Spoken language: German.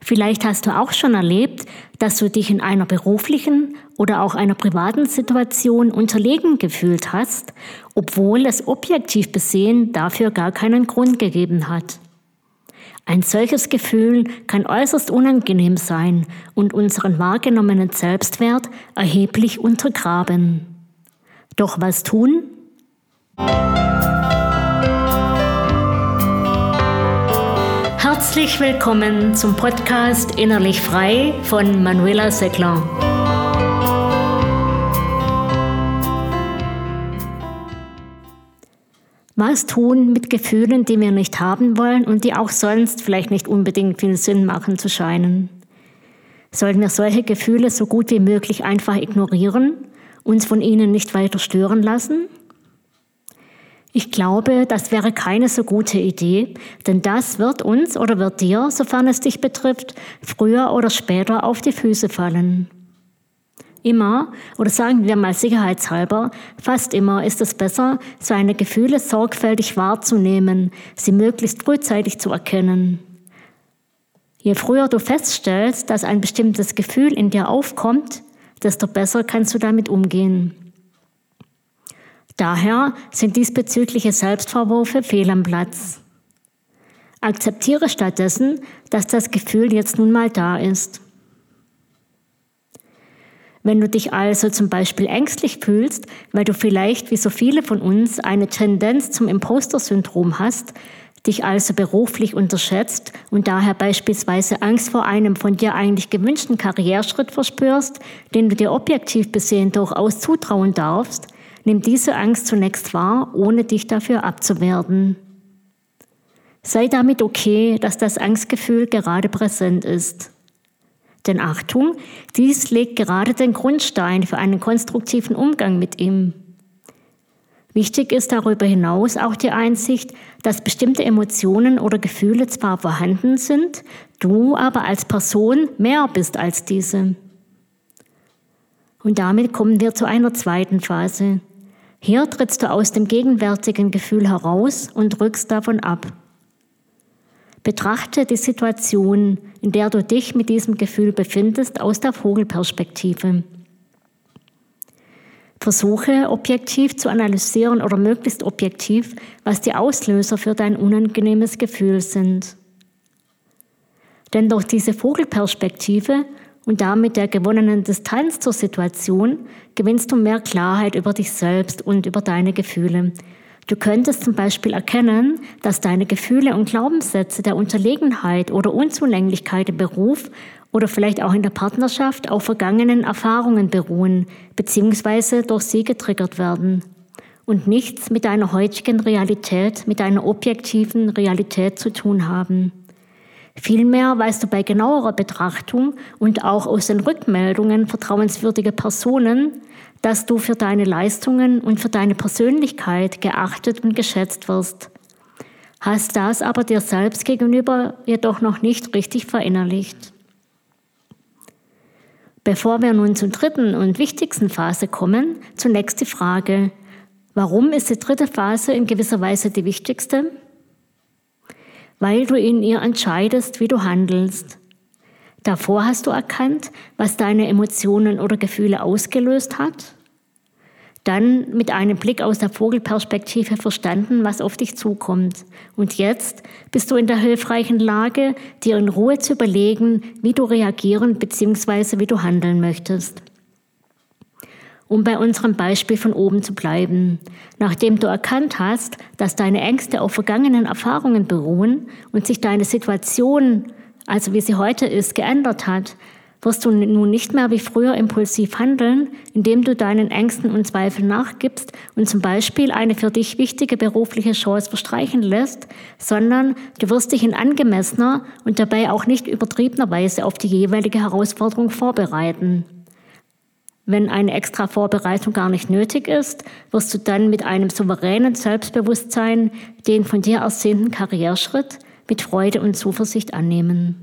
Vielleicht hast du auch schon erlebt, dass du dich in einer beruflichen oder auch einer privaten Situation unterlegen gefühlt hast, obwohl es objektiv besehen dafür gar keinen Grund gegeben hat. Ein solches Gefühl kann äußerst unangenehm sein und unseren wahrgenommenen Selbstwert erheblich untergraben. Doch was tun? Herzlich willkommen zum Podcast Innerlich Frei von Manuela Seckler. Was tun mit Gefühlen, die wir nicht haben wollen und die auch sonst vielleicht nicht unbedingt viel Sinn machen zu scheinen? Sollten wir solche Gefühle so gut wie möglich einfach ignorieren, uns von ihnen nicht weiter stören lassen? Ich glaube, das wäre keine so gute Idee, denn das wird uns oder wird dir, sofern es dich betrifft, früher oder später auf die Füße fallen. Immer, oder sagen wir mal sicherheitshalber, fast immer ist es besser, seine Gefühle sorgfältig wahrzunehmen, sie möglichst frühzeitig zu erkennen. Je früher du feststellst, dass ein bestimmtes Gefühl in dir aufkommt, desto besser kannst du damit umgehen. Daher sind diesbezügliche Selbstvorwürfe fehl am Platz. Akzeptiere stattdessen, dass das Gefühl jetzt nun mal da ist. Wenn du dich also zum Beispiel ängstlich fühlst, weil du vielleicht, wie so viele von uns, eine Tendenz zum Imposter-Syndrom hast, dich also beruflich unterschätzt und daher beispielsweise Angst vor einem von dir eigentlich gewünschten Karriereschritt verspürst, den du dir objektiv besehen durchaus zutrauen darfst, nimm diese Angst zunächst wahr, ohne dich dafür abzuwerten. Sei damit okay, dass das Angstgefühl gerade präsent ist. Denn Achtung, dies legt gerade den Grundstein für einen konstruktiven Umgang mit ihm. Wichtig ist darüber hinaus auch die Einsicht, dass bestimmte Emotionen oder Gefühle zwar vorhanden sind, du aber als Person mehr bist als diese. Und damit kommen wir zu einer zweiten Phase. Hier trittst du aus dem gegenwärtigen Gefühl heraus und rückst davon ab. Betrachte die Situation, in der du dich mit diesem Gefühl befindest, aus der Vogelperspektive. Versuche objektiv zu analysieren oder möglichst objektiv, was die Auslöser für dein unangenehmes Gefühl sind. Denn durch diese Vogelperspektive und damit der gewonnenen Distanz zur Situation gewinnst du mehr Klarheit über dich selbst und über deine Gefühle. Du könntest zum Beispiel erkennen, dass deine Gefühle und Glaubenssätze der Unterlegenheit oder Unzulänglichkeit im Beruf oder vielleicht auch in der Partnerschaft auf vergangenen Erfahrungen beruhen bzw. durch sie getriggert werden und nichts mit deiner heutigen Realität, mit deiner objektiven Realität zu tun haben. Vielmehr weißt du bei genauerer Betrachtung und auch aus den Rückmeldungen vertrauenswürdiger Personen, dass du für deine Leistungen und für deine Persönlichkeit geachtet und geschätzt wirst. Hast das aber dir selbst gegenüber jedoch noch nicht richtig verinnerlicht. Bevor wir nun zur dritten und wichtigsten Phase kommen, zunächst die Frage, warum ist die dritte Phase in gewisser Weise die wichtigste? Weil du in ihr entscheidest, wie du handelst. Davor hast du erkannt, was deine Emotionen oder Gefühle ausgelöst hat. Dann mit einem Blick aus der Vogelperspektive verstanden, was auf dich zukommt. Und jetzt bist du in der hilfreichen Lage, dir in Ruhe zu überlegen, wie du reagieren bzw. wie du handeln möchtest. Um bei unserem Beispiel von oben zu bleiben. Nachdem du erkannt hast, dass deine Ängste auf vergangenen Erfahrungen beruhen und sich deine Situation, also wie sie heute ist, geändert hat, wirst du nun nicht mehr wie früher impulsiv handeln, indem du deinen Ängsten und Zweifeln nachgibst und zum Beispiel eine für dich wichtige berufliche Chance verstreichen lässt, sondern du wirst dich in angemessener und dabei auch nicht übertriebener Weise auf die jeweilige Herausforderung vorbereiten. Wenn eine extra Vorbereitung gar nicht nötig ist, wirst du dann mit einem souveränen Selbstbewusstsein den von dir ersehnten Karriereschritt mit Freude und Zuversicht annehmen.